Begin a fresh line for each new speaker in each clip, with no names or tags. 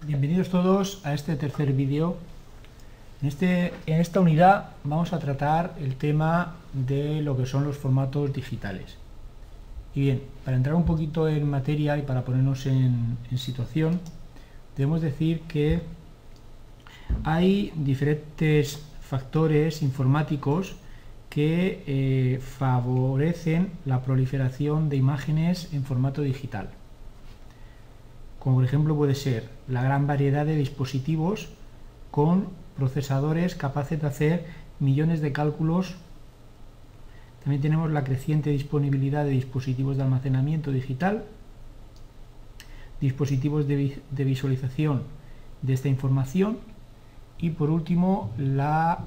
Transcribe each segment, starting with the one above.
Bienvenidos todos a este tercer vídeo. En esta unidad vamos a tratar el tema de lo que son los formatos digitales. Y bien, para entrar un poquito en materia y para ponernos en situación, debemos decir que hay diferentes factores informáticos que favorecen la proliferación de imágenes en formato digital. Como por ejemplo puede ser la gran variedad de dispositivos con procesadores capaces de hacer millones de cálculos. También tenemos la creciente disponibilidad de dispositivos de almacenamiento digital, dispositivos de visualización de esta información y por último la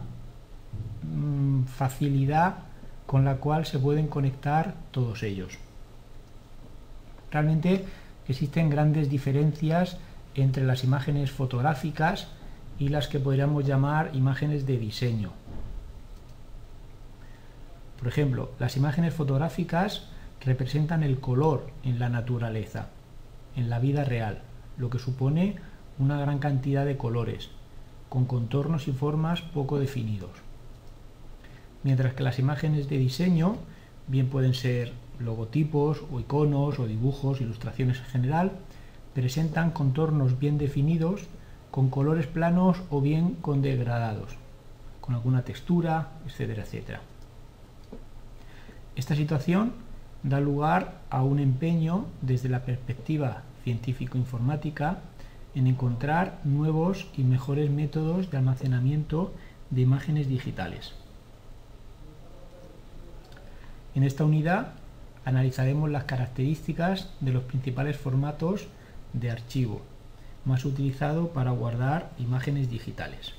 facilidad con la cual se pueden conectar todos ellos. Realmente existen grandes diferencias entre las imágenes fotográficas y las que podríamos llamar imágenes de diseño. Por ejemplo, las imágenes fotográficas representan el color en la naturaleza, en la vida real, lo que supone una gran cantidad de colores, con contornos y formas poco definidos. Mientras que las imágenes de diseño bien pueden ser logotipos o iconos o dibujos, ilustraciones en general, presentan contornos bien definidos, con colores planos o bien con degradados, con alguna textura, etcétera, etcétera. Esta situación da lugar a un empeño desde la perspectiva científico-informática en encontrar nuevos y mejores métodos de almacenamiento de imágenes digitales. En esta unidad analizaremos las características de los principales formatos de archivo más utilizado para guardar imágenes digitales.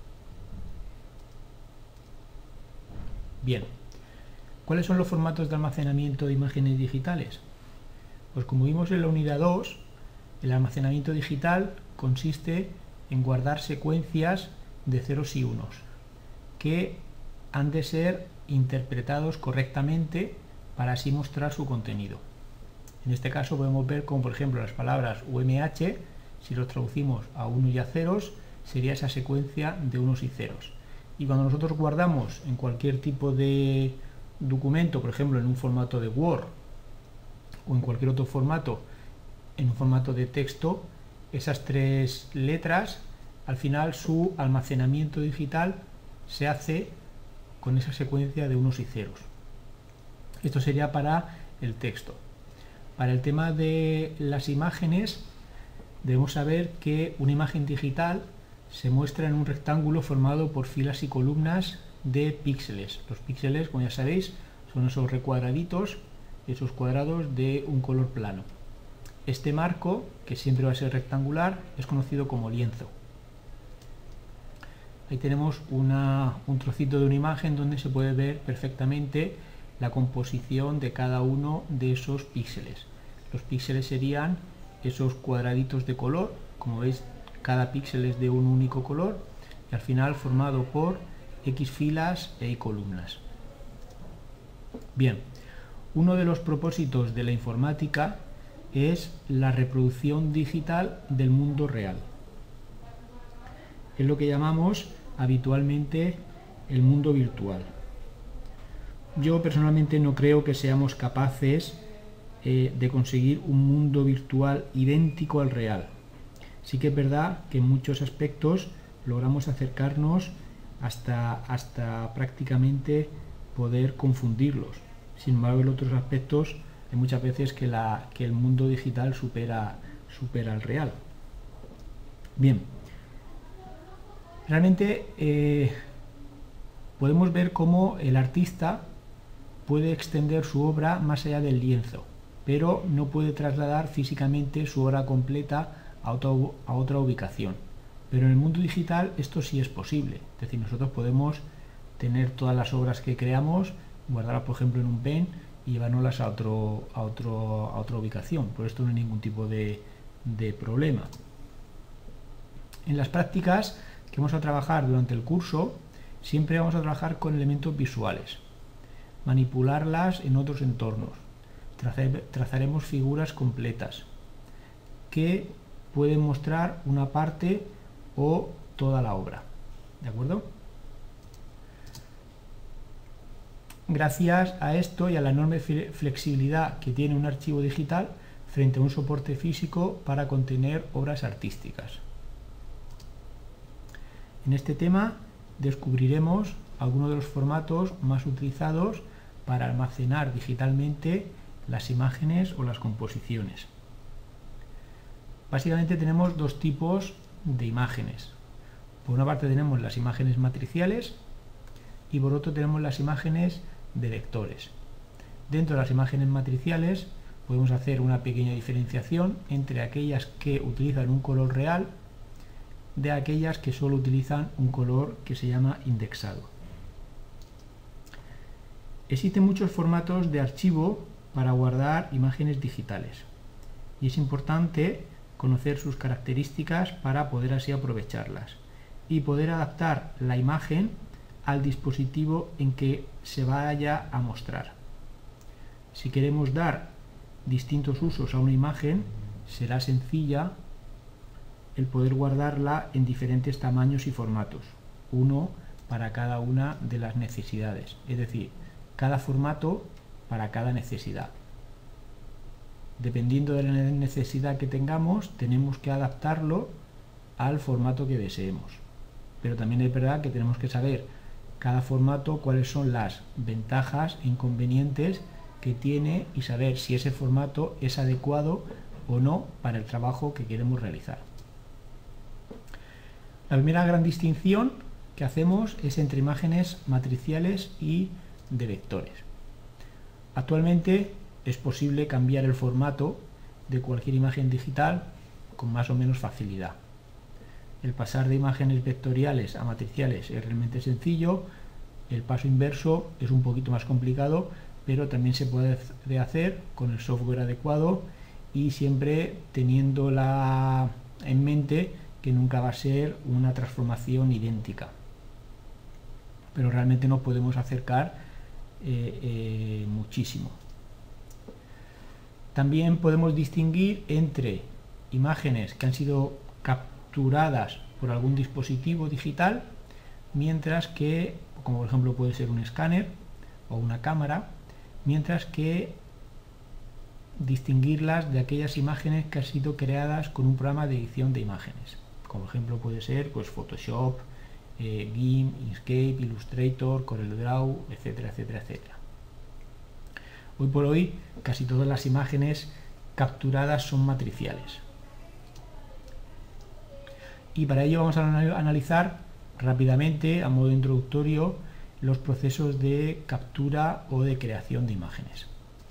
Bien, ¿cuáles son los formatos de almacenamiento de imágenes digitales? Pues como vimos en la unidad 2, el almacenamiento digital consiste en guardar secuencias de ceros y unos que han de ser interpretados correctamente para así mostrar su contenido. En este caso podemos ver como por ejemplo las palabras UMH, si los traducimos a unos y a ceros, sería esa secuencia de unos y ceros. Y cuando nosotros guardamos en cualquier tipo de documento, por ejemplo en un formato de Word o en cualquier otro formato, en un formato de texto, esas tres letras, al final su almacenamiento digital se hace con esa secuencia de unos y ceros. Esto sería para el texto. Para el tema de las imágenes, debemos saber que una imagen digital se muestra en un rectángulo formado por filas y columnas de píxeles. Los píxeles, como ya sabéis, son esos recuadraditos, esos cuadrados de un color plano. Este marco, que siempre va a ser rectangular, es conocido como lienzo. Ahí tenemos un trocito de una imagen donde se puede ver perfectamente la composición de cada uno de esos píxeles. Los píxeles serían esos cuadraditos de color, como veis cada píxel es de un único color y al final formado por X filas e Y columnas. Bien, uno de los propósitos de la informática es la reproducción digital del mundo real. Es lo que llamamos habitualmente el mundo virtual. Yo personalmente no creo que seamos capaces de conseguir un mundo virtual idéntico al real. Sí que es verdad que en muchos aspectos logramos acercarnos hasta prácticamente poder confundirlos. Sin embargo, en otros aspectos hay muchas veces que el mundo digital supera al real. Bien, realmente podemos ver cómo el artista puede extender su obra más allá del lienzo, pero no puede trasladar físicamente su obra completa a otra ubicación. Pero en el mundo digital esto sí es posible, es decir, nosotros podemos tener todas las obras que creamos, guardarlas por ejemplo en un pen y llevárnoslas a otra ubicación. Por esto no hay ningún tipo de problema. En las prácticas que vamos a trabajar durante el curso, siempre vamos a trabajar con elementos visuales, manipularlas en otros entornos, trazaremos figuras completas que pueden mostrar una parte o toda la obra. ¿De acuerdo? Gracias a esto y a la enorme flexibilidad que tiene un archivo digital frente a un soporte físico para contener obras artísticas. En este tema descubriremos algunos de los formatos más utilizados para almacenar digitalmente las imágenes o las composiciones. Básicamente tenemos dos tipos de imágenes. Por una parte tenemos las imágenes matriciales y por otro tenemos las imágenes de vectores. Dentro de las imágenes matriciales podemos hacer una pequeña diferenciación entre aquellas que utilizan un color real de aquellas que solo utilizan un color que se llama indexado. Existen muchos formatos de archivo para guardar imágenes digitales y es importante conocer sus características para poder así aprovecharlas y poder adaptar la imagen al dispositivo en que se vaya a mostrar. Si queremos dar distintos usos a una imagen, será sencilla el poder guardarla en diferentes tamaños y formatos, uno para cada una de las necesidades, es decir, cada formato para cada necesidad. Dependiendo de la necesidad que tengamos, tenemos que adaptarlo al formato que deseemos. Pero también es verdad que tenemos que saber cada formato cuáles son las ventajas e inconvenientes que tiene y saber si ese formato es adecuado o no para el trabajo que queremos realizar. La primera gran distinción que hacemos es entre imágenes matriciales y de vectores. Actualmente es posible cambiar el formato de cualquier imagen digital con más o menos facilidad. El pasar de imágenes vectoriales a matriciales es realmente sencillo, el paso inverso es un poquito más complicado, pero también se puede hacer con el software adecuado y siempre teniendo en mente que nunca va a ser una transformación idéntica. Pero realmente nos podemos acercar muchísimo. También podemos distinguir entre imágenes que han sido capturadas por algún dispositivo digital, mientras que, como por ejemplo puede ser un escáner o una cámara, mientras que distinguirlas de aquellas imágenes que han sido creadas con un programa de edición de imágenes. Como ejemplo puede ser pues Photoshop, GIMP, Inkscape, Illustrator, CorelDRAW, etcétera, etcétera, etcétera. Hoy por hoy casi todas las imágenes capturadas son matriciales. Y para ello vamos a analizar rápidamente, a modo introductorio, los procesos de captura o de creación de imágenes.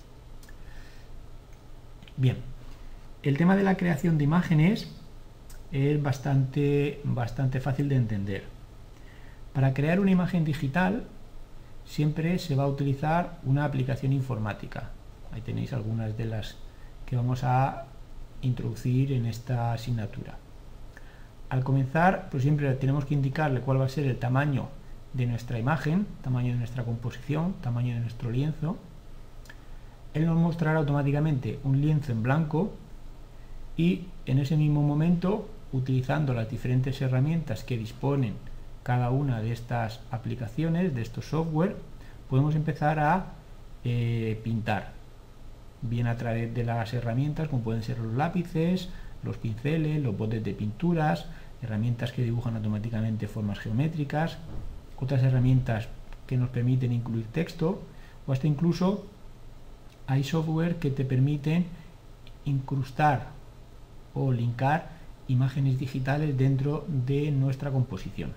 Bien, el tema de la creación de imágenes es bastante fácil de entender. Para crear una imagen digital siempre se va a utilizar una aplicación informática. Ahí tenéis algunas de las que vamos a introducir en esta asignatura. Al comenzar, pues siempre tenemos que indicarle cuál va a ser el tamaño de nuestra imagen, tamaño de nuestra composición, tamaño de nuestro lienzo. Él nos mostrará automáticamente un lienzo en blanco y en ese mismo momento, utilizando las diferentes herramientas que disponen cada una de estas aplicaciones, de estos software, podemos empezar a pintar, bien a través de las herramientas como pueden ser los lápices, los pinceles, los botes de pinturas, herramientas que dibujan automáticamente formas geométricas, otras herramientas que nos permiten incluir texto, o hasta incluso hay software que te permiten incrustar o linkar imágenes digitales dentro de nuestra composición.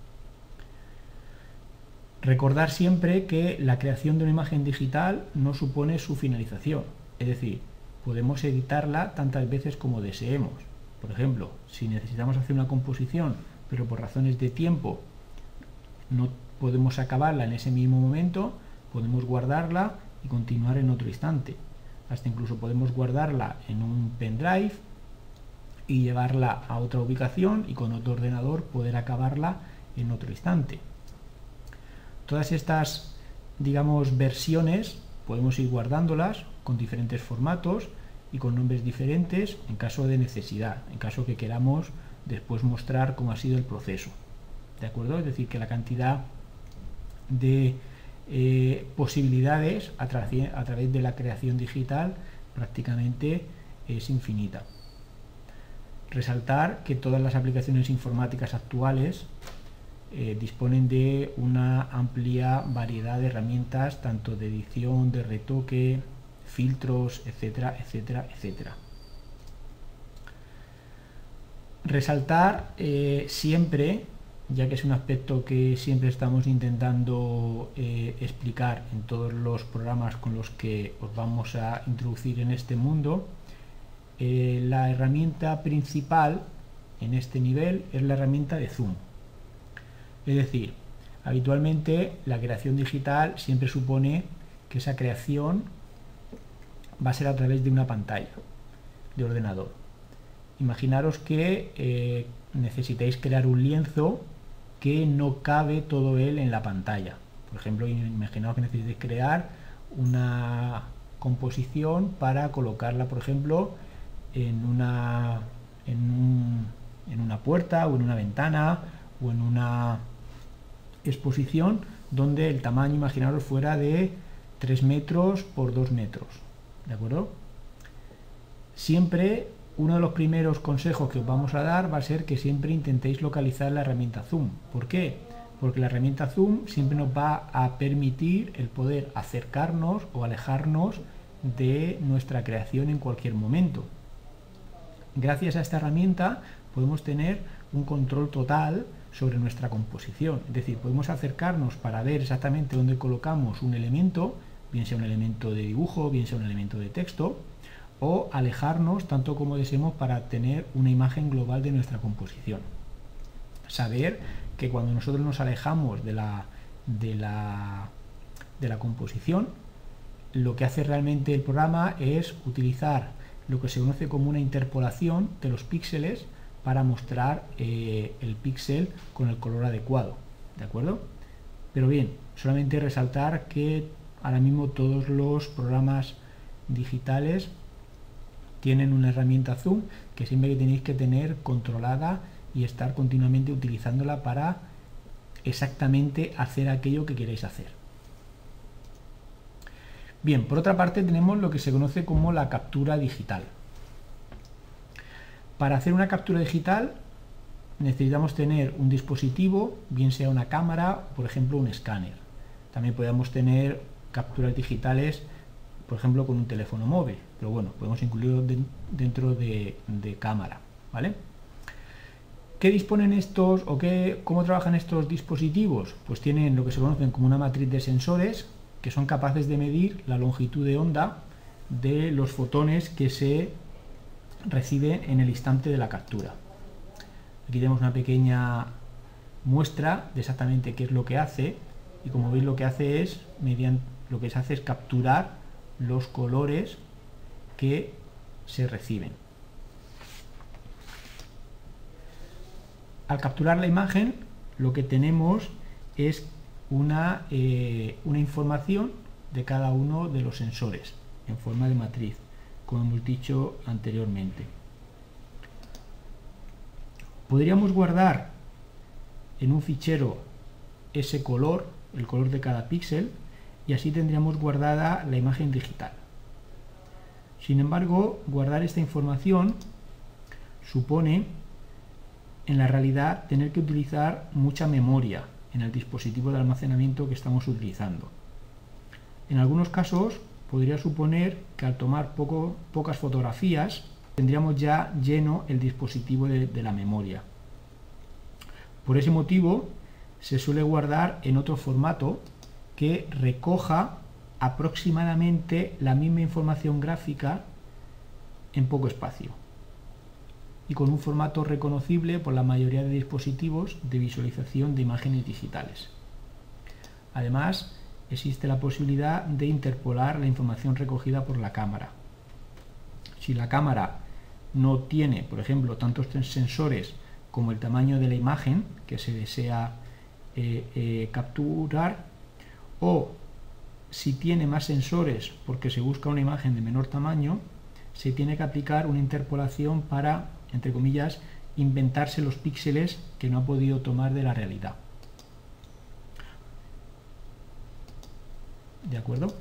Recordar siempre que la creación de una imagen digital no supone su finalización, es decir, podemos editarla tantas veces como deseemos. Por ejemplo, si necesitamos hacer una composición, pero por razones de tiempo no podemos acabarla en ese mismo momento, podemos guardarla y continuar en otro instante. Hasta incluso podemos guardarla en un pendrive y llevarla a otra ubicación y con otro ordenador poder acabarla en otro instante. Todas estas, digamos, versiones podemos ir guardándolas con diferentes formatos y con nombres diferentes en caso de necesidad, en caso que queramos después mostrar cómo ha sido el proceso. ¿De acuerdo? Es decir, que la cantidad de posibilidades a través de la creación digital prácticamente es infinita. Resaltar que todas las aplicaciones informáticas actuales disponen de una amplia variedad de herramientas, tanto de edición, de retoque, filtros, etcétera, etcétera, etcétera. Resaltar siempre, ya que es un aspecto que siempre estamos intentando explicar en todos los programas con los que os vamos a introducir en este mundo, la herramienta principal en este nivel es la herramienta de zoom. Es decir, habitualmente la creación digital siempre supone que esa creación va a ser a través de una pantalla de ordenador. Imaginaros que necesitáis crear un lienzo que no cabe todo él en la pantalla. Por ejemplo, imaginaos que necesitáis crear una composición para colocarla, por ejemplo, en una puerta o en una ventana o en una exposición donde el tamaño, imaginaros, fuera de 3 metros por 2 metros. ¿De acuerdo? Siempre uno de los primeros consejos que os vamos a dar va a ser que siempre intentéis localizar la herramienta zoom. ¿Por qué? Porque la herramienta zoom siempre nos va a permitir el poder acercarnos o alejarnos de nuestra creación en cualquier momento. Gracias a esta herramienta podemos tener un control total sobre nuestra composición, es decir, podemos acercarnos para ver exactamente dónde colocamos un elemento, bien sea un elemento de dibujo, bien sea un elemento de texto, o alejarnos tanto como deseemos para tener una imagen global de nuestra composición. Saber que cuando nosotros nos alejamos de la composición, lo que hace realmente el programa es utilizar lo que se conoce como una interpolación de los píxeles para mostrar el píxel con el color adecuado, ¿de acuerdo? Pero bien, solamente resaltar que ahora mismo todos los programas digitales tienen una herramienta zoom que siempre tenéis que tener controlada y estar continuamente utilizándola para exactamente hacer aquello que queréis hacer. Bien, por otra parte tenemos lo que se conoce como la captura digital. Para hacer una captura digital necesitamos tener un dispositivo, bien sea una cámara, por ejemplo un escáner. También podemos tener capturas digitales, por ejemplo con un teléfono móvil, pero bueno, podemos incluirlo dentro de cámara, ¿vale? ¿Qué disponen estos o cómo trabajan estos dispositivos? Pues tienen lo que se conocen como una matriz de sensores que son capaces de medir la longitud de onda de los fotones que se reciben en el instante de la captura. Aquí tenemos una pequeña muestra de exactamente qué es lo que hace, y como veis lo que hace es capturar los colores que se reciben. Al capturar la imagen, lo que tenemos es una información de cada uno de los sensores en forma de matriz, como hemos dicho anteriormente. Podríamos guardar en un fichero ese color, el color de cada píxel, y así tendríamos guardada la imagen digital. Sin embargo, guardar esta información supone en la realidad tener que utilizar mucha memoria en el dispositivo de almacenamiento que estamos utilizando. En algunos casos podría suponer que al tomar pocas fotografías tendríamos ya lleno el dispositivo de la memoria. Por ese motivo se suele guardar en otro formato que recoja aproximadamente la misma información gráfica en poco espacio y con un formato reconocible por la mayoría de dispositivos de visualización de imágenes digitales. Además, existe la posibilidad de interpolar la información recogida por la cámara. Si la cámara no tiene, por ejemplo, tantos sensores como el tamaño de la imagen que se desea capturar, o si tiene más sensores porque se busca una imagen de menor tamaño, se tiene que aplicar una interpolación para, entre comillas, inventarse los píxeles que no ha podido tomar de la realidad. ¿De acuerdo?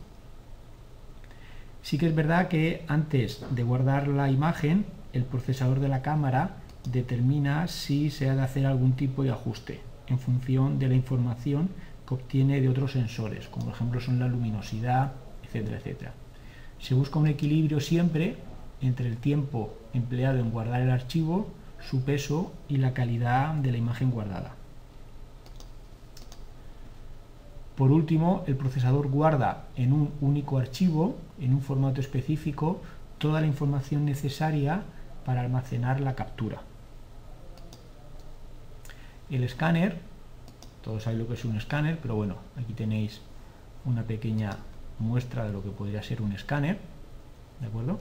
Sí que es verdad que antes de guardar la imagen, el procesador de la cámara determina si se ha de hacer algún tipo de ajuste en función de la información que obtiene de otros sensores, como por ejemplo son la luminosidad, etcétera, etcétera. Se busca un equilibrio siempre entre el tiempo empleado en guardar el archivo, su peso y la calidad de la imagen guardada. Por último, el procesador guarda en un único archivo, en un formato específico, toda la información necesaria para almacenar la captura. El escáner, todos saben lo que es un escáner, pero bueno, aquí tenéis una pequeña muestra de lo que podría ser un escáner, ¿de acuerdo?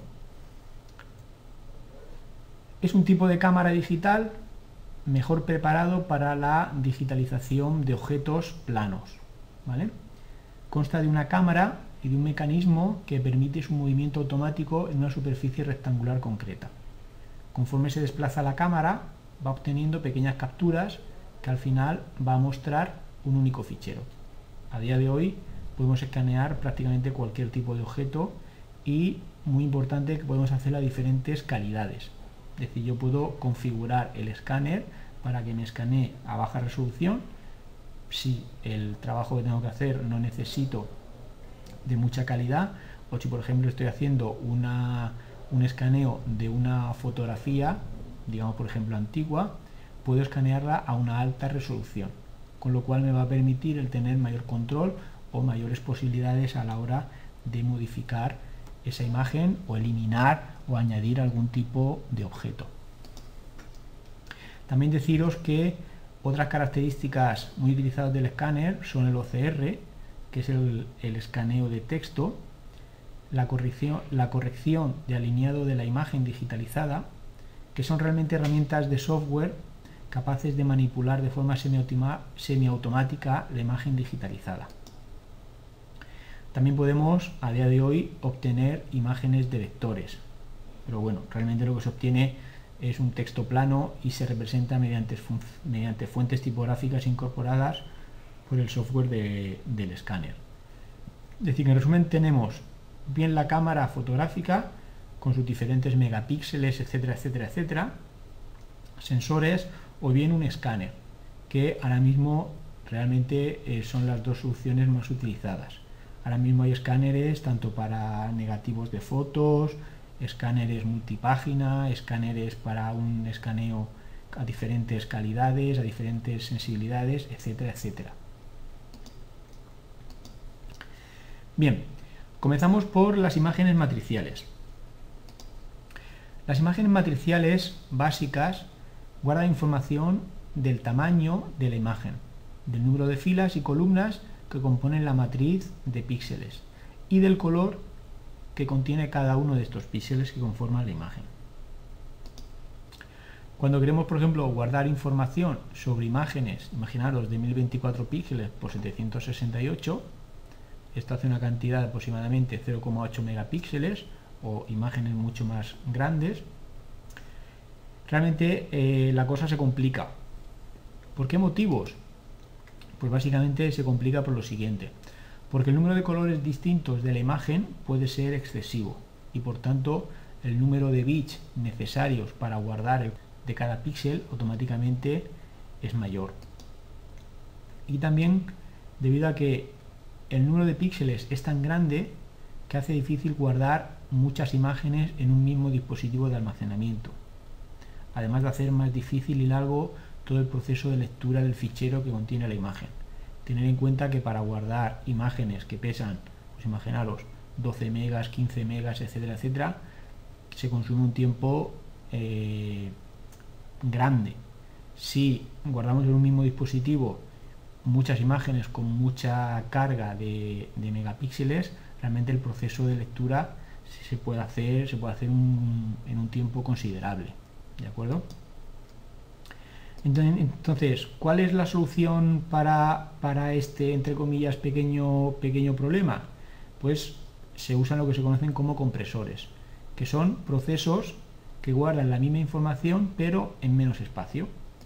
Es un tipo de cámara digital mejor preparado para la digitalización de objetos planos, ¿vale? Consta de una cámara y de un mecanismo que permite su movimiento automático en una superficie rectangular concreta. Conforme se desplaza la cámara, va obteniendo pequeñas capturas que al final va a mostrar un único fichero. A día de hoy podemos escanear prácticamente cualquier tipo de objeto y, muy importante, que podemos hacerlo a diferentes calidades. Es decir, yo puedo configurar el escáner para que me escanee a baja resolución. Si el trabajo que tengo que hacer no necesito de mucha calidad, o si por ejemplo estoy haciendo un escaneo de una fotografía, digamos por ejemplo antigua, puedo escanearla a una alta resolución, con lo cual me va a permitir el tener mayor control o mayores posibilidades a la hora de modificar esa imagen o eliminar o añadir algún tipo de objeto. También deciros que otras características muy utilizadas del escáner son el OCR, que es el escaneo de texto, la corrección de alineado de la imagen digitalizada, que son realmente herramientas de software capaces de manipular de forma semiautomática la imagen digitalizada. También podemos a día de hoy obtener imágenes de vectores, pero bueno, realmente lo que se obtiene es un texto plano y se representa mediante fuentes tipográficas incorporadas por el software del escáner. Es decir, en resumen tenemos bien la cámara fotográfica con sus diferentes megapíxeles, etcétera, etcétera, etcétera, sensores, o bien un escáner, que ahora mismo realmente son las dos soluciones más utilizadas. Ahora mismo hay escáneres tanto para negativos de fotos, escáneres multipágina, escáneres para un escaneo a diferentes calidades, a diferentes sensibilidades, etcétera, etcétera. Bien, comenzamos por las imágenes matriciales. Las imágenes matriciales básicas guardan información del tamaño de la imagen, del número de filas y columnas que componen la matriz de píxeles y del color que contiene cada uno de estos píxeles que conforman la imagen. Cuando queremos, por ejemplo, guardar información sobre imágenes, imaginaros de 1024 píxeles por 768, esto hace una cantidad de aproximadamente 0,8 megapíxeles o imágenes mucho más grandes, realmente la cosa se complica. ¿Por qué motivos? Pues básicamente se complica por lo siguiente: porque el número de colores distintos de la imagen puede ser excesivo y por tanto el número de bits necesarios para guardar de cada píxel automáticamente es mayor. Y también debido a que el número de píxeles es tan grande que hace difícil guardar muchas imágenes en un mismo dispositivo de almacenamiento, además de hacer más difícil y largo todo el proceso de lectura del fichero que contiene la imagen. Tener en cuenta que para guardar imágenes que pesan, pues imaginaros, 12 megas, 15 megas, etcétera, etcétera, se consume un tiempo grande. Si guardamos en un mismo dispositivo muchas imágenes con mucha carga de megapíxeles, realmente el proceso de lectura se puede hacer en un tiempo considerable, ¿de acuerdo? Entonces, ¿cuál es la solución para este, entre comillas, pequeño problema? Pues se usan lo que se conocen como compresores, que son procesos que guardan la misma información pero en menos espacio.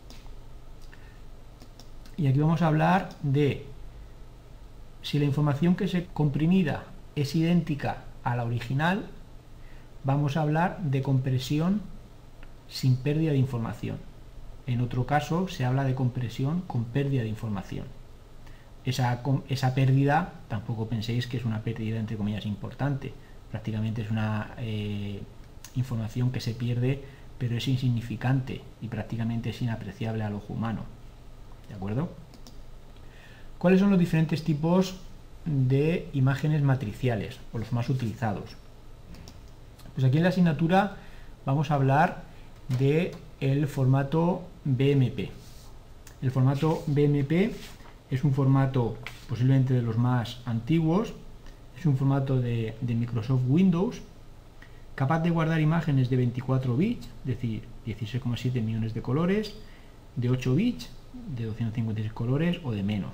Y aquí vamos a hablar de si la información que se comprimida es idéntica a la original, vamos a hablar de compresión sin pérdida de información. En otro caso se habla de compresión con pérdida de información. Esa pérdida, tampoco penséis que es una pérdida entre comillas importante, prácticamente es una información que se pierde, pero es insignificante y prácticamente es inapreciable al ojo humano. ¿De acuerdo? ¿Cuáles son los diferentes tipos de imágenes matriciales o los más utilizados? Pues aquí en la asignatura vamos a hablar del formato BMP. El formato BMP es un formato posiblemente de los más antiguos, es un formato de Microsoft Windows, capaz de guardar imágenes de 24 bits, es decir, 16,7 millones de colores, de 8 bits, de 256 colores o de menos.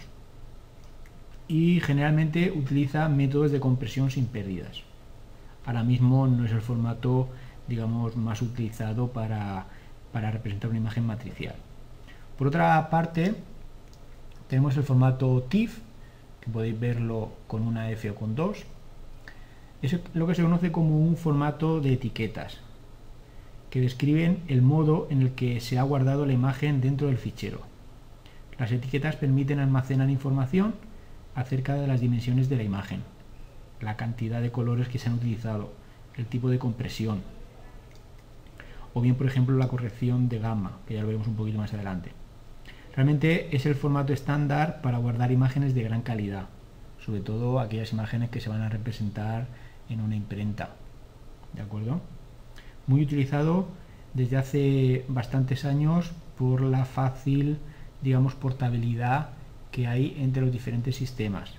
Y generalmente utiliza métodos de compresión sin pérdidas. Ahora mismo no es el formato, digamos, más utilizado para representar una imagen matricial. Por otra parte, tenemos el formato TIFF, que podéis verlo con una F o con dos. Es lo que se conoce como un formato de etiquetas, que describen el modo en el que se ha guardado la imagen dentro del fichero. Las etiquetas permiten almacenar información acerca de las dimensiones de la imagen, la cantidad de colores que se han utilizado, el tipo de compresión, o bien por ejemplo la corrección de gamma, que ya lo veremos un poquito más adelante. Realmente es el formato estándar para guardar imágenes de gran calidad, sobre todo aquellas imágenes que se van a representar en una imprenta. ¿De acuerdo? Muy utilizado desde hace bastantes años por la fácil, digamos, portabilidad que hay entre los diferentes sistemas.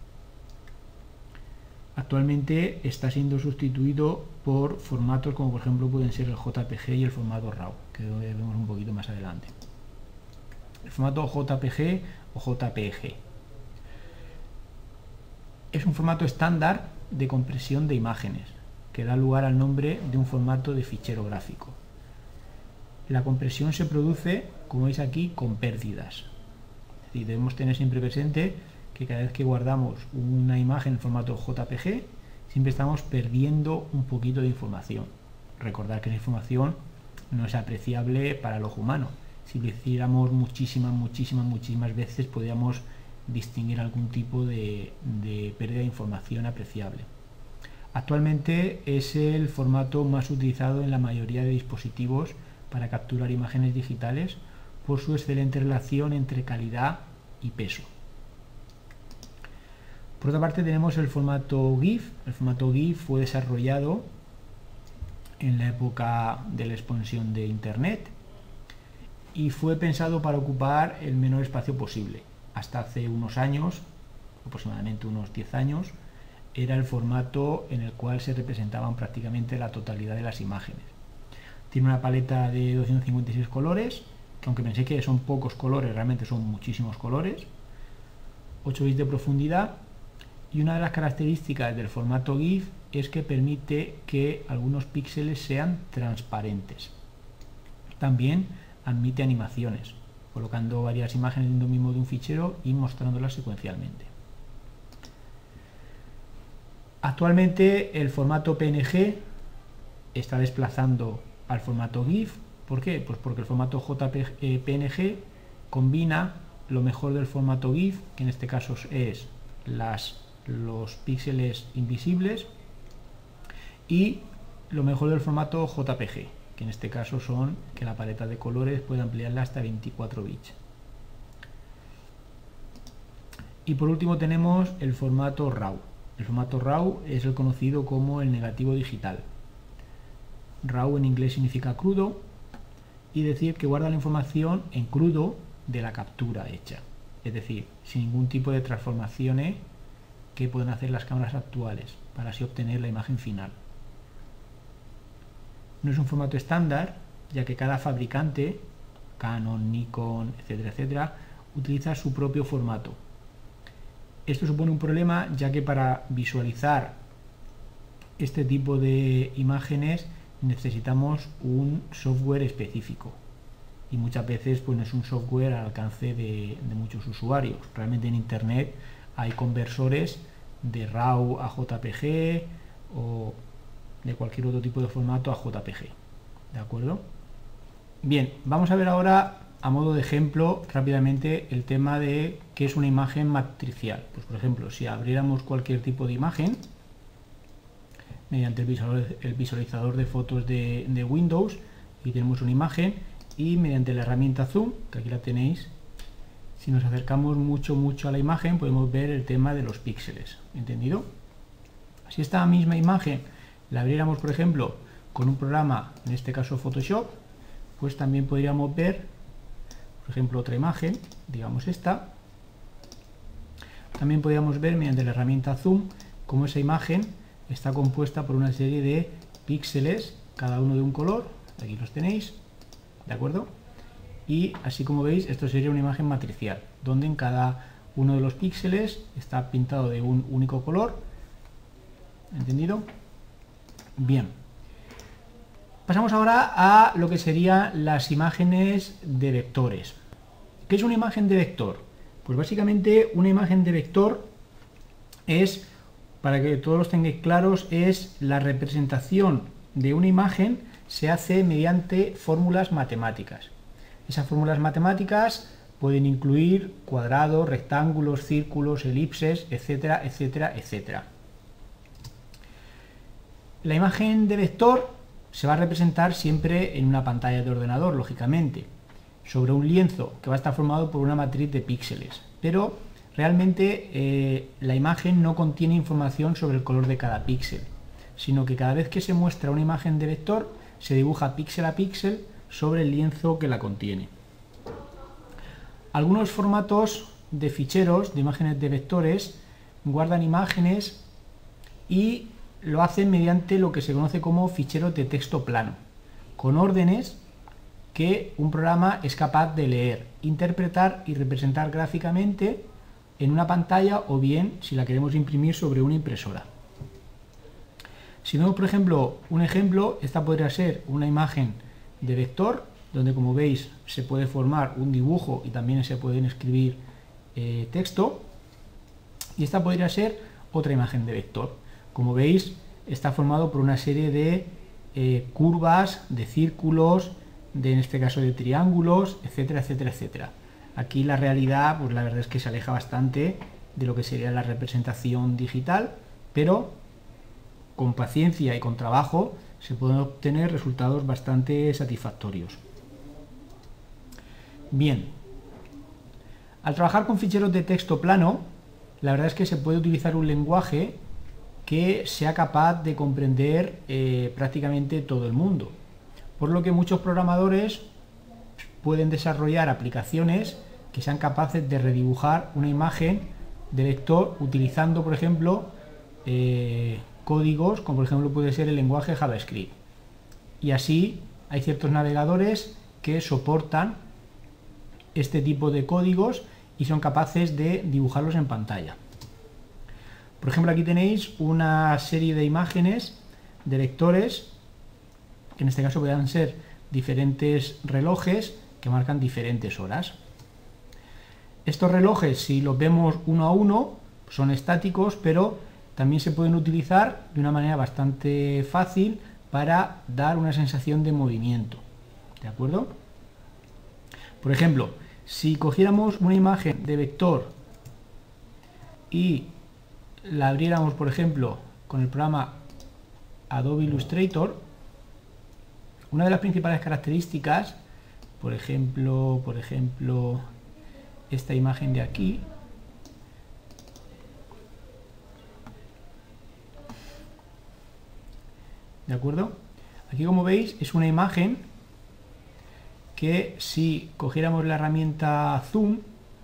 Actualmente está siendo sustituido por formatos como por ejemplo pueden ser el JPG y el formato RAW, que vemos un poquito más adelante. El formato JPG o JPG es un formato estándar de compresión de imágenes que da lugar al nombre de un formato de fichero gráfico. La compresión se produce, como veis aquí, con pérdidas. Es decir, debemos tener siempre presente que cada vez que guardamos una imagen en formato JPG, siempre estamos perdiendo un poquito de información. Recordad que esa información no es apreciable para el ojo humano. Si lo hiciéramos muchísimas veces, podríamos distinguir algún tipo de pérdida de información apreciable. Actualmente es el formato más utilizado en la mayoría de dispositivos para capturar imágenes digitales por su excelente relación entre calidad y peso. Por otra parte tenemos el formato GIF. El formato GIF fue desarrollado en la época de la expansión de Internet y fue pensado para ocupar el menor espacio posible. Hasta hace unos años, aproximadamente unos 10 años, era el formato en el cual se representaban prácticamente la totalidad de las imágenes. Tiene una paleta de 256 colores, que aunque pensé que son pocos colores, realmente son muchísimos colores, 8 bits de profundidad, y una de las características del formato GIF es que permite que algunos píxeles sean transparentes. También admite animaciones, colocando varias imágenes dentro mismo de un fichero y mostrándolas secuencialmente. Actualmente el formato PNG está desplazando al formato GIF. ¿Por qué? Pues porque el formato PNG combina lo mejor del formato GIF, que en este caso es los píxeles invisibles, y lo mejor del formato JPG, que en este caso son que la paleta de colores puede ampliarla hasta 24 bits. Y por último tenemos el formato RAW. El formato RAW es el conocido como el negativo digital. RAW en inglés significa crudo y decir que guarda la información en crudo de la captura hecha, es decir, sin ningún tipo de transformaciones que pueden hacer las cámaras actuales para así obtener la imagen final. No es un formato estándar, ya que cada fabricante, Canon, Nikon, etcétera, utiliza su propio formato. Esto supone un problema, ya que para visualizar este tipo de imágenes necesitamos un software específico y muchas veces pues no es un software al alcance de muchos usuarios. Realmente en internet hay conversores de RAW a JPG o de cualquier otro tipo de formato a JPG, ¿de acuerdo? Bien, vamos a ver ahora a modo de ejemplo rápidamente el tema de qué es una imagen matricial. Pues por ejemplo, si abriéramos cualquier tipo de imagen mediante el visualizador de fotos de Windows, y tenemos una imagen, y mediante la herramienta Zoom, que aquí la tenéis, si nos acercamos mucho a la imagen podemos ver el tema de los píxeles, ¿entendido? Si esta misma imagen la abriéramos por ejemplo con un programa, en este caso Photoshop, pues también podríamos ver por ejemplo otra imagen, digamos esta. También podríamos ver mediante la herramienta Zoom cómo esa imagen está compuesta por una serie de píxeles, cada uno de un color, aquí los tenéis, ¿de acuerdo? Y así como veis, esto sería una imagen matricial, donde en cada uno de los píxeles está pintado de un único color, ¿entendido? Bien. Pasamos ahora a lo que serían las imágenes de vectores. ¿Qué es una imagen de vector? Pues básicamente una imagen de vector es, para que todos los tengáis claros, es la representación de una imagen se hace mediante fórmulas matemáticas. Esas fórmulas matemáticas pueden incluir cuadrados, rectángulos, círculos, elipses, etcétera, etcétera, etcétera. La imagen de vector se va a representar siempre en una pantalla de ordenador, lógicamente, sobre un lienzo que va a estar formado por una matriz de píxeles, pero realmente la imagen no contiene información sobre el color de cada píxel, sino que cada vez que se muestra una imagen de vector se dibuja píxel a píxel sobre el lienzo que la contiene. Algunos formatos de ficheros de imágenes de vectores guardan imágenes y lo hacen mediante lo que se conoce como ficheros de texto plano, con órdenes que un programa es capaz de leer, interpretar y representar gráficamente en una pantalla, o bien si la queremos imprimir sobre una impresora. Si vemos por ejemplo un ejemplo, esta podría ser una imagen de vector, donde como veis se puede formar un dibujo y también se pueden escribir texto, y esta podría ser otra imagen de vector. Como veis, está formado por una serie de curvas, de círculos, en este caso de triángulos, etcétera, etcétera, etcétera. Aquí la realidad, pues la verdad es que se aleja bastante de lo que sería la representación digital, pero con paciencia y con trabajo se pueden obtener resultados bastante satisfactorios. Bien, al trabajar con ficheros de texto plano, la verdad es que se puede utilizar un lenguaje que sea capaz de comprender prácticamente todo el mundo, por lo que muchos programadores pueden desarrollar aplicaciones que sean capaces de redibujar una imagen de vector utilizando, por ejemplo, códigos como por ejemplo puede ser el lenguaje JavaScript. Y así hay ciertos navegadores que soportan este tipo de códigos y son capaces de dibujarlos en pantalla. Por ejemplo, aquí tenéis una serie de imágenes de vectores, que en este caso podrán ser diferentes relojes que marcan diferentes horas. Estos relojes, si los vemos uno a uno, son estáticos, pero también se pueden utilizar de una manera bastante fácil para dar una sensación de movimiento, ¿de acuerdo? Por ejemplo, si cogiéramos una imagen de vector y la abriéramos, por ejemplo, con el programa Adobe Illustrator, una de las principales características, por ejemplo, esta imagen de aquí, ¿de acuerdo? Aquí, como veis, es una imagen que si cogiéramos la herramienta Zoom,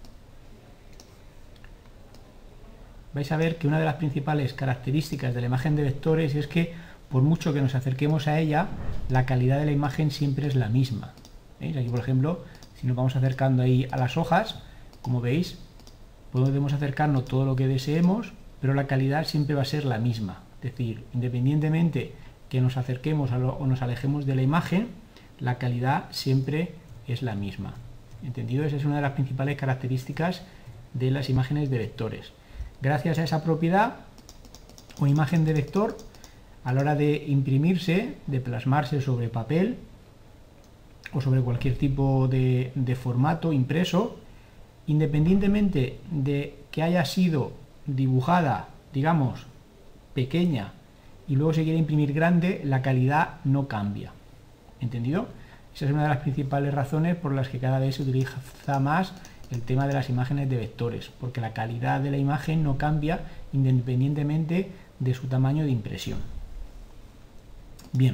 vais a ver que una de las principales características de la imagen de vectores es que por mucho que nos acerquemos a ella, la calidad de la imagen siempre es la misma. ¿Veis? Aquí, por ejemplo, si nos vamos acercando ahí a las hojas, como veis, podemos acercarnos todo lo que deseemos, pero la calidad siempre va a ser la misma. Es decir, independientemente que nos acerquemos o nos alejemos de la imagen, la calidad siempre es la misma. ¿Entendido? Esa es una de las principales características de las imágenes de vectores. Gracias a esa propiedad o imagen de vector, a la hora de imprimirse, de plasmarse sobre papel o sobre cualquier tipo de formato impreso, independientemente de que haya sido dibujada, digamos, pequeña y luego se quiere imprimir grande, la calidad no cambia. ¿Entendido? Esa es una de las principales razones por las que cada vez se utiliza más el tema de las imágenes de vectores, porque la calidad de la imagen no cambia independientemente de su tamaño de impresión. Bien.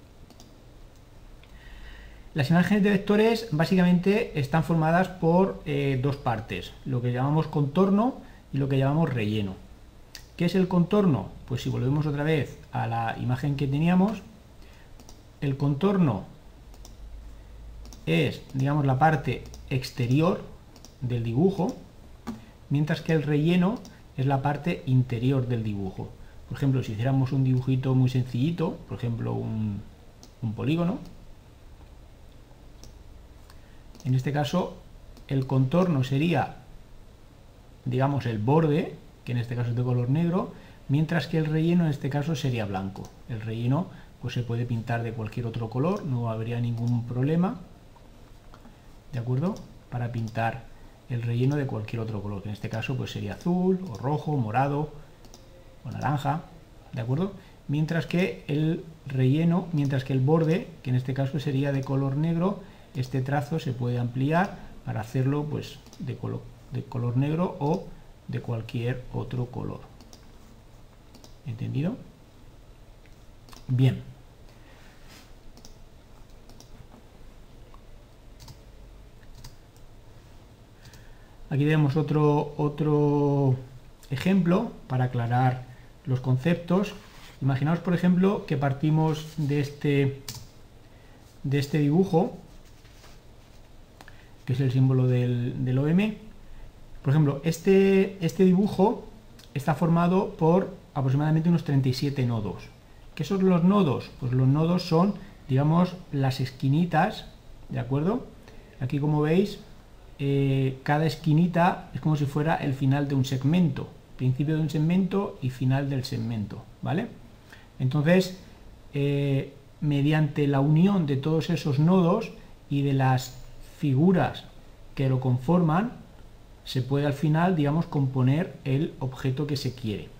Las imágenes de vectores básicamente están formadas por dos partes, lo que llamamos contorno y lo que llamamos relleno. ¿Qué es el contorno? Pues si volvemos otra vez a la imagen que teníamos, el contorno es, digamos, la parte exterior del dibujo, mientras que el relleno es la parte interior del dibujo. Por ejemplo, si hiciéramos un dibujito muy sencillito, por ejemplo un polígono, en este caso el contorno sería, digamos, el borde, que en este caso es de color negro, mientras que el relleno en este caso sería blanco. El relleno pues se puede pintar de cualquier otro color, no habría ningún problema, ¿de acuerdo? Para pintar el relleno de cualquier otro color, que en este caso pues sería azul, o rojo, morado, o naranja, ¿de acuerdo? Mientras que el relleno, mientras que el borde, que en este caso sería de color negro, este trazo se puede ampliar para hacerlo pues de color negro o de cualquier otro color. ¿Entendido? Bien. Aquí tenemos otro ejemplo para aclarar los conceptos. Imaginaos, por ejemplo, que partimos de este dibujo, que es el símbolo del OM. Por ejemplo, este dibujo está formado por aproximadamente unos 37 nodos. ¿Qué son los nodos? Pues los nodos son, digamos, las esquinitas, ¿de acuerdo? Aquí, como veis, cada esquinita es como si fuera el final de un segmento, principio de un segmento y final del segmento, ¿vale? Entonces, mediante la unión de todos esos nodos y de las figuras que lo conforman, se puede al final, digamos, componer el objeto que se quiere.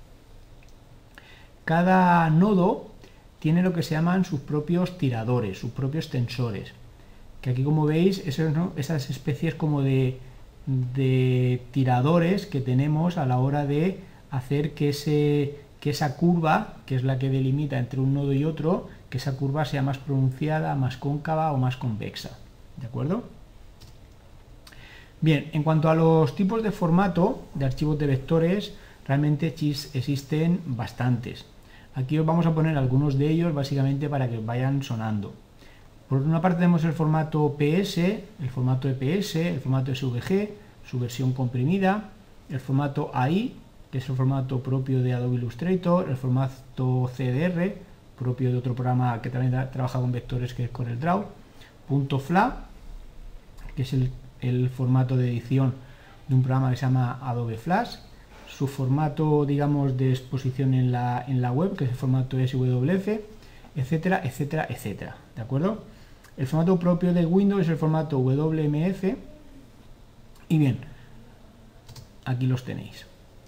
Cada nodo tiene lo que se llaman sus propios tiradores, sus propios tensores, que aquí, como veis, esas especies como de tiradores que tenemos a la hora de hacer que esa curva, que es la que delimita entre un nodo y otro, que esa curva sea más pronunciada, más cóncava o más convexa, ¿de acuerdo? Bien, en cuanto a los tipos de formato de archivos de vectores, realmente existen bastantes. Aquí os vamos a poner algunos de ellos básicamente para que os vayan sonando. Por una parte tenemos el formato PS, el formato EPS, el formato SVG, su versión comprimida, el formato AI, que es el formato propio de Adobe Illustrator, el formato CDR, propio de otro programa que también trabaja con vectores, que es CorelDRAW, .FLA, que es el formato de edición de un programa que se llama Adobe Flash, su formato, digamos, de exposición en la web, que es el formato SWF, etcétera, etcétera, etcétera, ¿de acuerdo? El formato propio de Windows es el formato WMF, y bien, aquí los tenéis.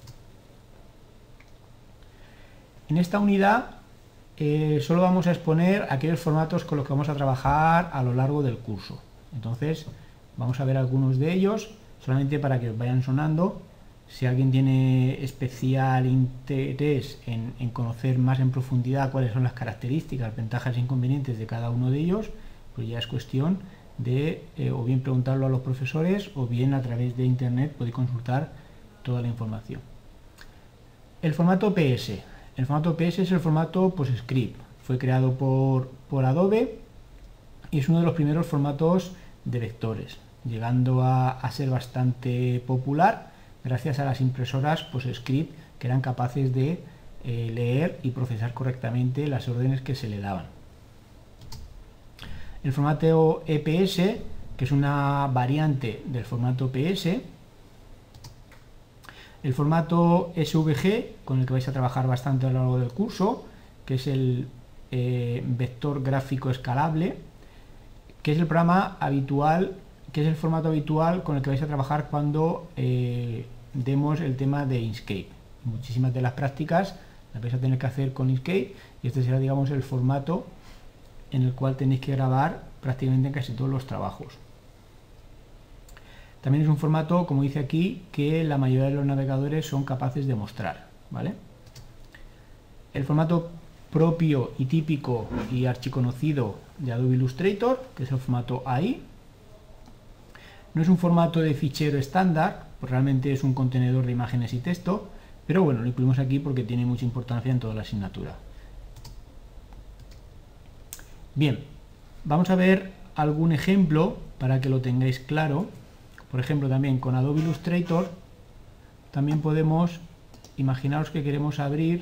En esta unidad solo vamos a exponer aquellos formatos con los que vamos a trabajar a lo largo del curso. Entonces, vamos a ver algunos de ellos, solamente para que os vayan sonando. Si alguien tiene especial interés en conocer más en profundidad cuáles son las características, ventajas e inconvenientes de cada uno de ellos, pues ya es cuestión de o bien preguntarlo a los profesores o bien a través de internet podéis consultar toda la información. El formato PS. El formato PS es el formato PostScript. Fue creado por Adobe y es uno de los primeros formatos de vectores, llegando a ser bastante popular gracias a las impresoras PostScript, que eran capaces de leer y procesar correctamente las órdenes que se le daban. El formato EPS, que es una variante del formato PS. El formato SVG, con el que vais a trabajar bastante a lo largo del curso, que es el vector gráfico escalable, que es el programa habitual, que es el formato habitual con el que vais a trabajar cuando demos el tema de Inkscape. Muchísimas de las prácticas las vais a tener que hacer con Inkscape y este será, digamos, el formato en el cual tenéis que grabar prácticamente en casi todos los trabajos. También es un formato, como dice aquí, que la mayoría de los navegadores son capaces de mostrar, ¿vale? El formato propio y típico y archiconocido de Adobe Illustrator, que es el formato AI. No es un formato de fichero estándar, pues realmente es un contenedor de imágenes y texto, pero bueno, lo incluimos aquí porque tiene mucha importancia en toda la asignatura. Bien, vamos a ver algún ejemplo para que lo tengáis claro. Por ejemplo, también con Adobe Illustrator también podemos, imaginaros que queremos abrir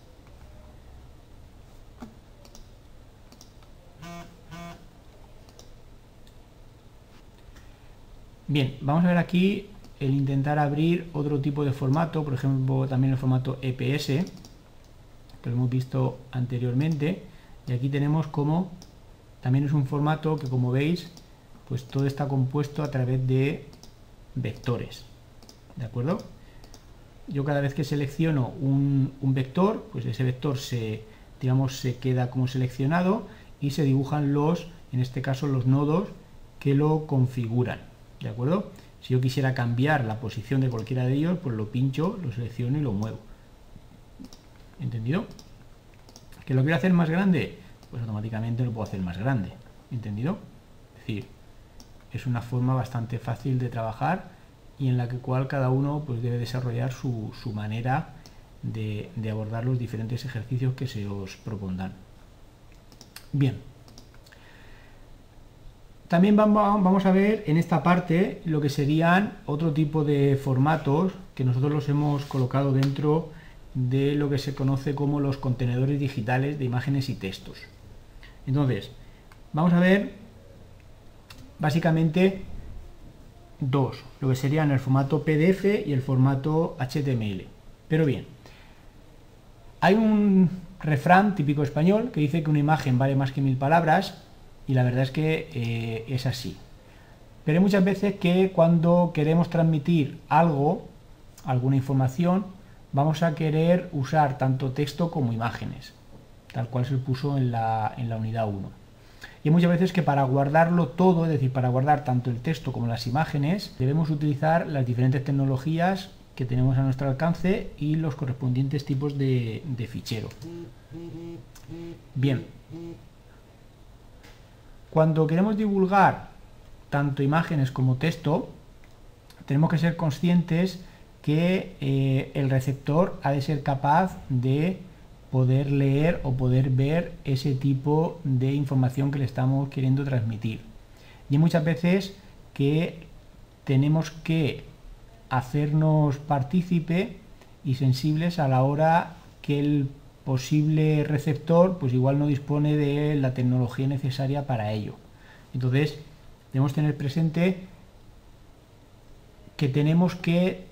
bien, vamos a ver aquí el intentar abrir otro tipo de formato, por ejemplo también el formato EPS, que lo hemos visto anteriormente, y aquí tenemos como también es un formato que, como veis, pues todo está compuesto a través de vectores, ¿de acuerdo? Yo cada vez que selecciono un vector, pues ese vector digamos, se queda como seleccionado y se dibujan en este caso los nodos que lo configuran, ¿de acuerdo? Si yo quisiera cambiar la posición de cualquiera de ellos, pues lo pincho, lo selecciono y lo muevo. ¿Entendido? ¿Que lo quiero hacer más grande? Pues automáticamente lo puedo hacer más grande. ¿Entendido? Es decir, es una forma bastante fácil de trabajar y en la cual cada uno pues debe desarrollar su manera de abordar los diferentes ejercicios que se os propondrán. Bien. También vamos a ver en esta parte lo que serían otro tipo de formatos que nosotros los hemos colocado dentro de lo que se conoce como los contenedores digitales de imágenes y textos. Entonces, vamos a ver básicamente dos, lo que serían el formato PDF y el formato HTML. Pero bien, hay un refrán típico español que dice que una imagen vale más que 1000 palabras y la verdad es que es así. Pero hay muchas veces que cuando queremos transmitir algo, alguna información, vamos a querer usar tanto texto como imágenes, tal cual se puso en la unidad 1. Y hay muchas veces que para guardarlo todo, es decir, para guardar tanto el texto como las imágenes, debemos utilizar las diferentes tecnologías que tenemos a nuestro alcance y los correspondientes tipos de fichero. Bien, cuando queremos divulgar tanto imágenes como texto, tenemos que ser conscientes que el receptor ha de ser capaz de poder leer o poder ver ese tipo de información que le estamos queriendo transmitir. Y hay muchas veces que tenemos que hacernos partícipe y sensibles a la hora que el posible receptor pues igual no dispone de la tecnología necesaria para ello. Entonces debemos tener presente que tenemos que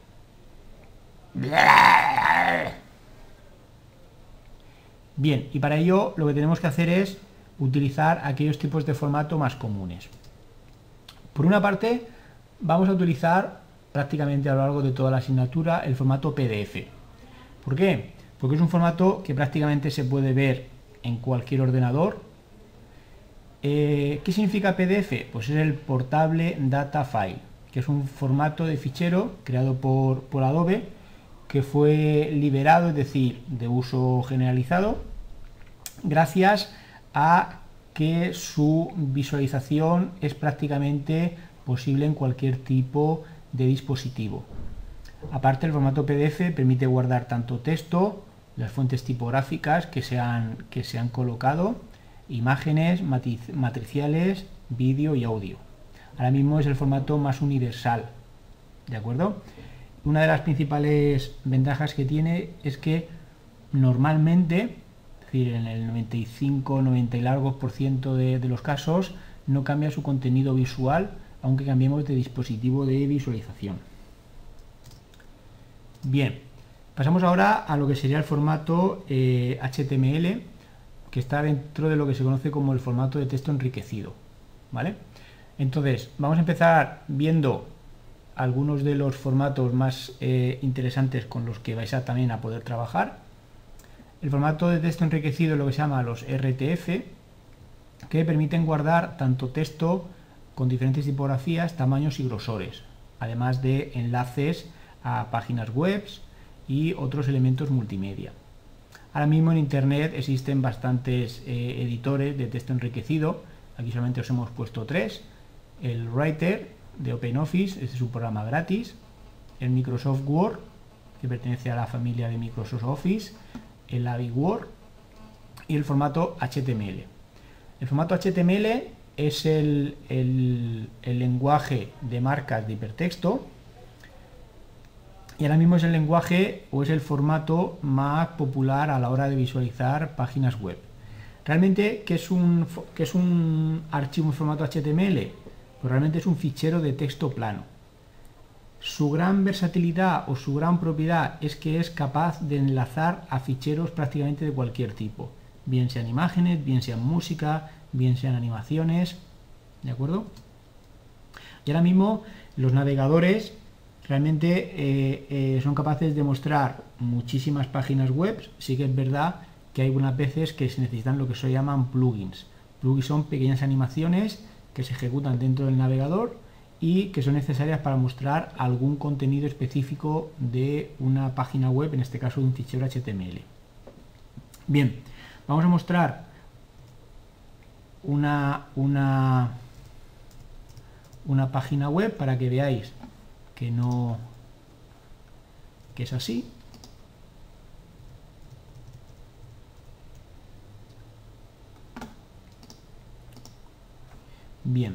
bien, y para ello lo que tenemos que hacer es utilizar aquellos tipos de formato más comunes. Por una parte, vamos a utilizar prácticamente a lo largo de toda la asignatura el formato PDF. ¿Por qué? Porque es un formato que prácticamente se puede ver en cualquier ordenador. ¿Qué significa PDF? Pues es el Portable Data File, que es un formato de fichero creado por Adobe, que fue liberado, es decir, de uso generalizado, gracias a que su visualización es prácticamente posible en cualquier tipo de dispositivo. Aparte, el formato PDF permite guardar tanto texto, las fuentes tipográficas que se han colocado, imágenes, matriciales, vídeo y audio. Ahora mismo es el formato más universal, ¿de acuerdo? Una de las principales ventajas que tiene es que normalmente, es decir, en el 95, 90 y largos por ciento de los casos, no cambia su contenido visual, aunque cambiemos de dispositivo de visualización. Bien, pasamos ahora a lo que sería el formato HTML, que está dentro de lo que se conoce como el formato de texto enriquecido, ¿vale? Entonces, vamos a empezar viendo algunos de los formatos más interesantes con los que vais a también a poder trabajar. El formato de texto enriquecido es lo que se llama los RTF, que permiten guardar tanto texto con diferentes tipografías, tamaños y grosores, además de enlaces a páginas web y otros elementos multimedia. Ahora mismo en Internet existen bastantes editores de texto enriquecido. Aquí solamente os hemos puesto 3. El Writer de OpenOffice, este es un programa gratis. El Microsoft Word, que pertenece a la familia de Microsoft Office. El AVI Word y el formato HTML. El formato HTML es el lenguaje de marcas de hipertexto. Y ahora mismo es el lenguaje o es el formato más popular a la hora de visualizar páginas web. Realmente, ¿qué es un archivo en formato HTML? Pues realmente es un fichero de texto plano. Su gran versatilidad o su gran propiedad es que es capaz de enlazar a ficheros prácticamente de cualquier tipo. Bien sean imágenes, bien sean música, bien sean animaciones. ¿De acuerdo? Y ahora mismo los navegadores realmente son capaces de mostrar muchísimas páginas web. Sí que es verdad que hay algunas veces que se necesitan lo que se llaman plugins. Plugins son pequeñas animaciones que se ejecutan dentro del navegador y que son necesarias para mostrar algún contenido específico de una página web, en este caso de un fichero HTML. Bien, vamos a mostrar una página web para que veáis que es así. Bien.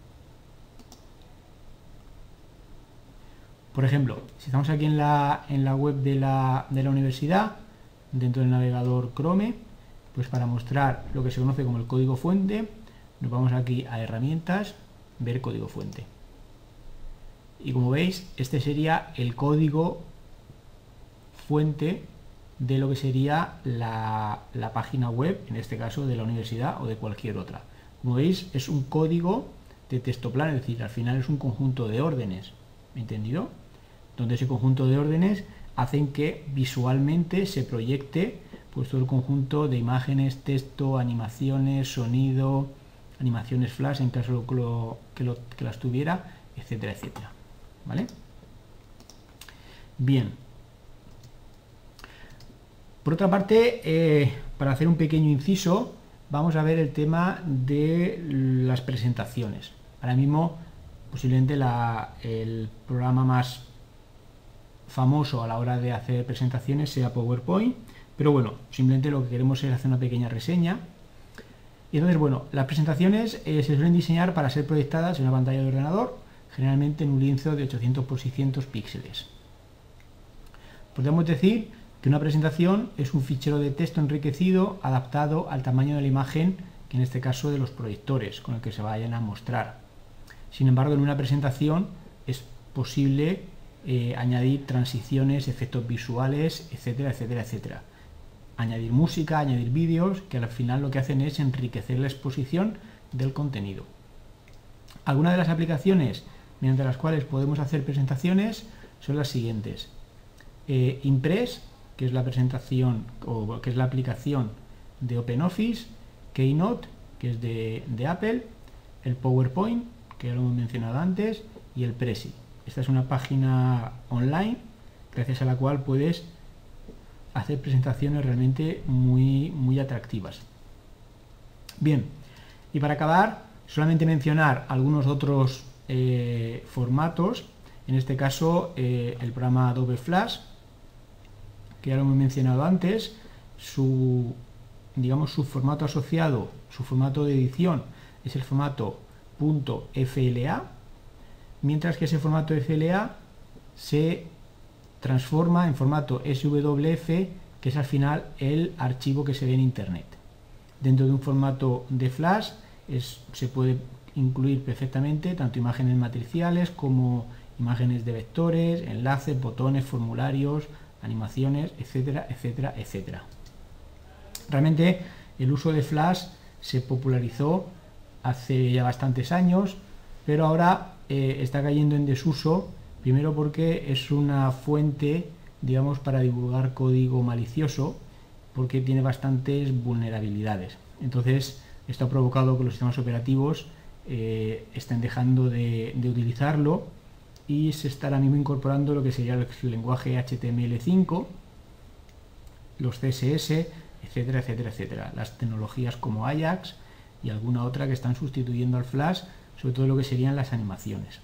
Por ejemplo, si estamos aquí en la web de la universidad, dentro del navegador Chrome, pues para mostrar lo que se conoce como el código fuente, nos vamos aquí a herramientas, ver código fuente. Y como veis, este sería el código fuente de lo que sería la página web, en este caso de la universidad o de cualquier otra. Como veis, es un código de texto plano, es decir, al final es un conjunto de órdenes, ¿entendido? Donde ese conjunto de órdenes hacen que visualmente se proyecte pues todo el conjunto de imágenes, texto, animaciones, sonido, animaciones flash en caso que las tuviera, etcétera, etcétera. ¿Vale? Bien. Por otra parte, para hacer un pequeño inciso, vamos a ver el tema de las presentaciones. Ahora mismo, posiblemente el programa más famoso a la hora de hacer presentaciones sea PowerPoint, pero bueno, simplemente lo que queremos es hacer una pequeña reseña. Y entonces, bueno, las presentaciones se suelen diseñar para ser proyectadas en una pantalla de ordenador, generalmente en un lienzo de 800 por 600 píxeles. Podemos decir que una presentación es un fichero de texto enriquecido adaptado al tamaño de la imagen, que en este caso de los proyectores con el que se vayan a mostrar. Sin embargo, en una presentación es posible añadir transiciones, efectos visuales, etcétera, etcétera, etcétera. Añadir música, añadir vídeos, que al final lo que hacen es enriquecer la exposición del contenido. Algunas de las aplicaciones mediante las cuales podemos hacer presentaciones son las siguientes. Impress, que es la presentación o que es la aplicación de OpenOffice, Keynote, que es de Apple, el PowerPoint, que ya lo hemos mencionado antes, y el Prezi. Esta es una página online gracias a la cual puedes hacer presentaciones realmente muy atractivas. Bien, y para acabar, solamente mencionar algunos otros formatos, en este caso el programa Adobe Flash, que ya lo hemos mencionado antes, su formato asociado, su formato de edición es el formato .fla, mientras que ese formato FLA se transforma en formato SWF que es al final el archivo que se ve en Internet. Dentro de un formato de Flash se puede incluir perfectamente tanto imágenes matriciales como imágenes de vectores, enlaces, botones, formularios, animaciones, etcétera, etcétera, etcétera. Realmente el uso de Flash se popularizó hace ya bastantes años, pero ahora está cayendo en desuso, primero porque es una fuente, digamos, para divulgar código malicioso, porque tiene bastantes vulnerabilidades. Entonces, esto ha provocado que los sistemas operativos estén dejando de utilizarlo y se está ahora mismo incorporando lo que sería el lenguaje HTML5, los CSS, etcétera, etcétera, etcétera. Las tecnologías como Ajax y alguna otra que están sustituyendo al Flash, sobre todo lo que serían las animaciones.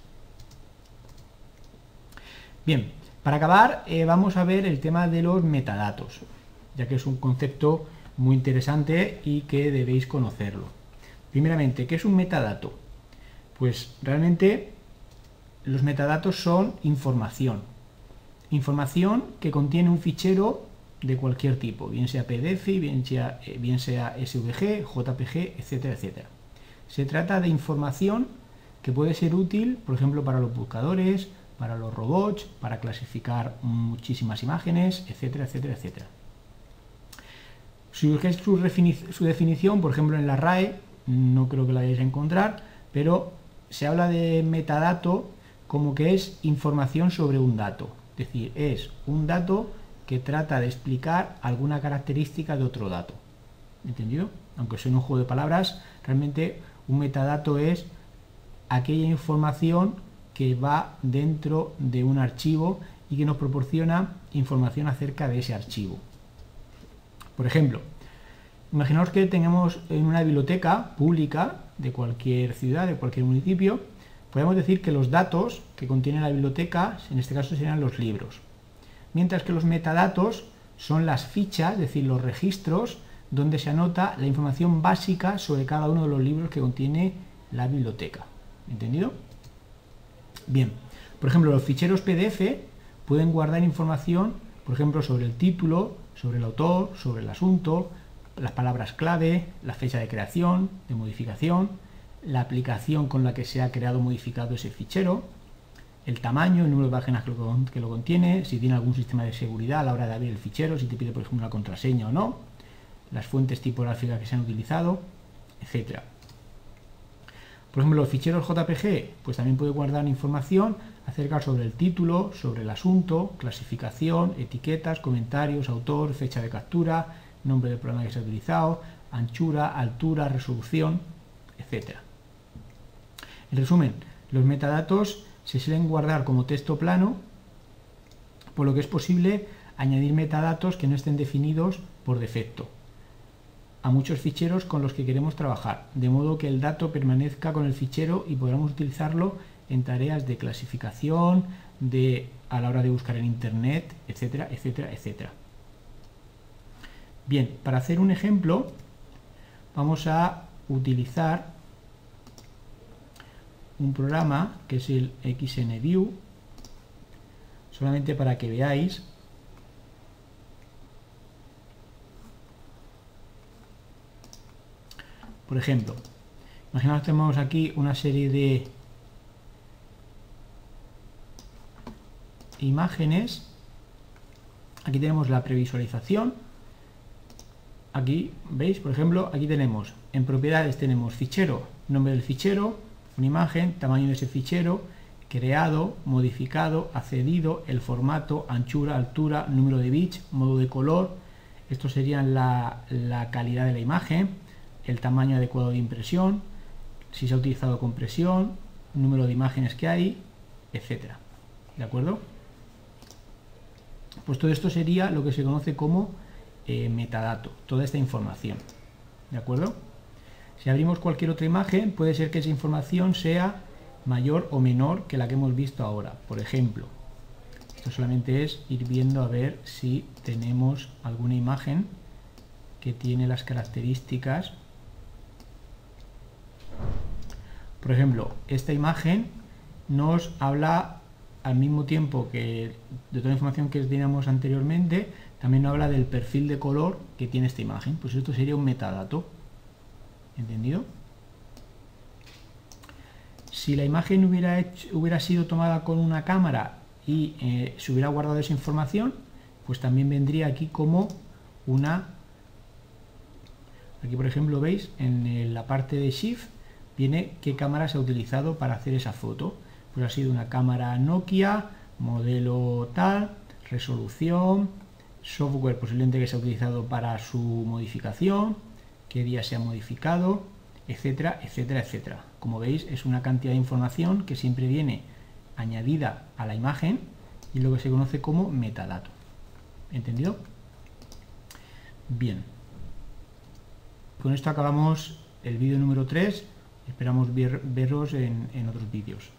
Bien, para acabar vamos a ver el tema de los metadatos, ya que es un concepto muy interesante y que debéis conocerlo. Primeramente, ¿qué es un metadato? Pues realmente los metadatos son información que contiene un fichero de cualquier tipo, bien sea PDF, bien sea SVG, JPG, etcétera, etcétera. Se trata de información que puede ser útil, por ejemplo, para los buscadores, para los robots, para clasificar muchísimas imágenes, etcétera, etcétera, etcétera. Si busquéis su definición, por ejemplo, en la RAE, no creo que la vayáis a encontrar, pero se habla de metadato como que es información sobre un dato. Es decir, es un dato que trata de explicar alguna característica de otro dato. ¿Entendido? Aunque sea un juego de palabras, realmente un metadato es aquella información que va dentro de un archivo y que nos proporciona información acerca de ese archivo. Por ejemplo, imaginaos que tengamos en una biblioteca pública de cualquier ciudad, de cualquier municipio, podemos decir que los datos que contiene la biblioteca, en este caso serían los libros, mientras que los metadatos son las fichas, es decir, los registros donde se anota la información básica sobre cada uno de los libros que contiene la biblioteca. ¿Entendido? Bien, por ejemplo, los ficheros PDF pueden guardar información, por ejemplo, sobre el título, sobre el autor, sobre el asunto, las palabras clave, la fecha de creación, de modificación, la aplicación con la que se ha creado o modificado ese fichero, el tamaño, el número de páginas que lo contiene, si tiene algún sistema de seguridad a la hora de abrir el fichero, si te pide, por ejemplo, una contraseña o no, las fuentes tipográficas que se han utilizado, etc. Por ejemplo, los ficheros JPG, pues también puede guardar información acerca sobre el título, sobre el asunto, clasificación, etiquetas, comentarios, autor, fecha de captura, nombre del programa que se ha utilizado, anchura, altura, resolución, etc. En resumen, los metadatos se suelen guardar como texto plano, por lo que es posible añadir metadatos que no estén definidos por defecto a muchos ficheros con los que queremos trabajar, de modo que el dato permanezca con el fichero y podamos utilizarlo en tareas de clasificación, a la hora de buscar en Internet, etcétera, etcétera, etcétera. Bien, para hacer un ejemplo vamos a utilizar un programa que es el XNView, solamente para que veáis. Por ejemplo, imaginaos que tenemos aquí una serie de imágenes. Aquí tenemos la previsualización. Aquí, ¿veis? Por ejemplo, aquí tenemos, en propiedades tenemos fichero, nombre del fichero, una imagen, tamaño de ese fichero, creado, modificado, accedido, el formato, anchura, altura, número de bits, modo de color. Esto serían la calidad de la imagen, el tamaño adecuado de impresión, si se ha utilizado compresión, número de imágenes que hay, etcétera. ¿De acuerdo? Pues todo esto sería lo que se conoce como metadato, toda esta información. ¿De acuerdo? Si abrimos cualquier otra imagen, puede ser que esa información sea mayor o menor que la que hemos visto ahora. Por ejemplo, esto solamente es ir viendo a ver si tenemos alguna imagen que tiene las características. Por ejemplo, esta imagen nos habla al mismo tiempo que de toda la información que teníamos anteriormente, también nos habla del perfil de color que tiene esta imagen. Pues esto sería un metadato. ¿Entendido? Si la imagen hubiera sido tomada con una cámara y se hubiera guardado esa información, pues también vendría aquí como una... Aquí por ejemplo veis en la parte de Shift viene qué cámara se ha utilizado para hacer esa foto. Pues ha sido una cámara Nokia, modelo tal, resolución, software posiblemente que se ha utilizado para su modificación, qué día se ha modificado, etcétera, etcétera, etcétera. Como veis es una cantidad de información que siempre viene añadida a la imagen y lo que se conoce como metadato. ¿Entendido? Bien. Con esto acabamos el vídeo número 3. Esperamos veros en otros vídeos.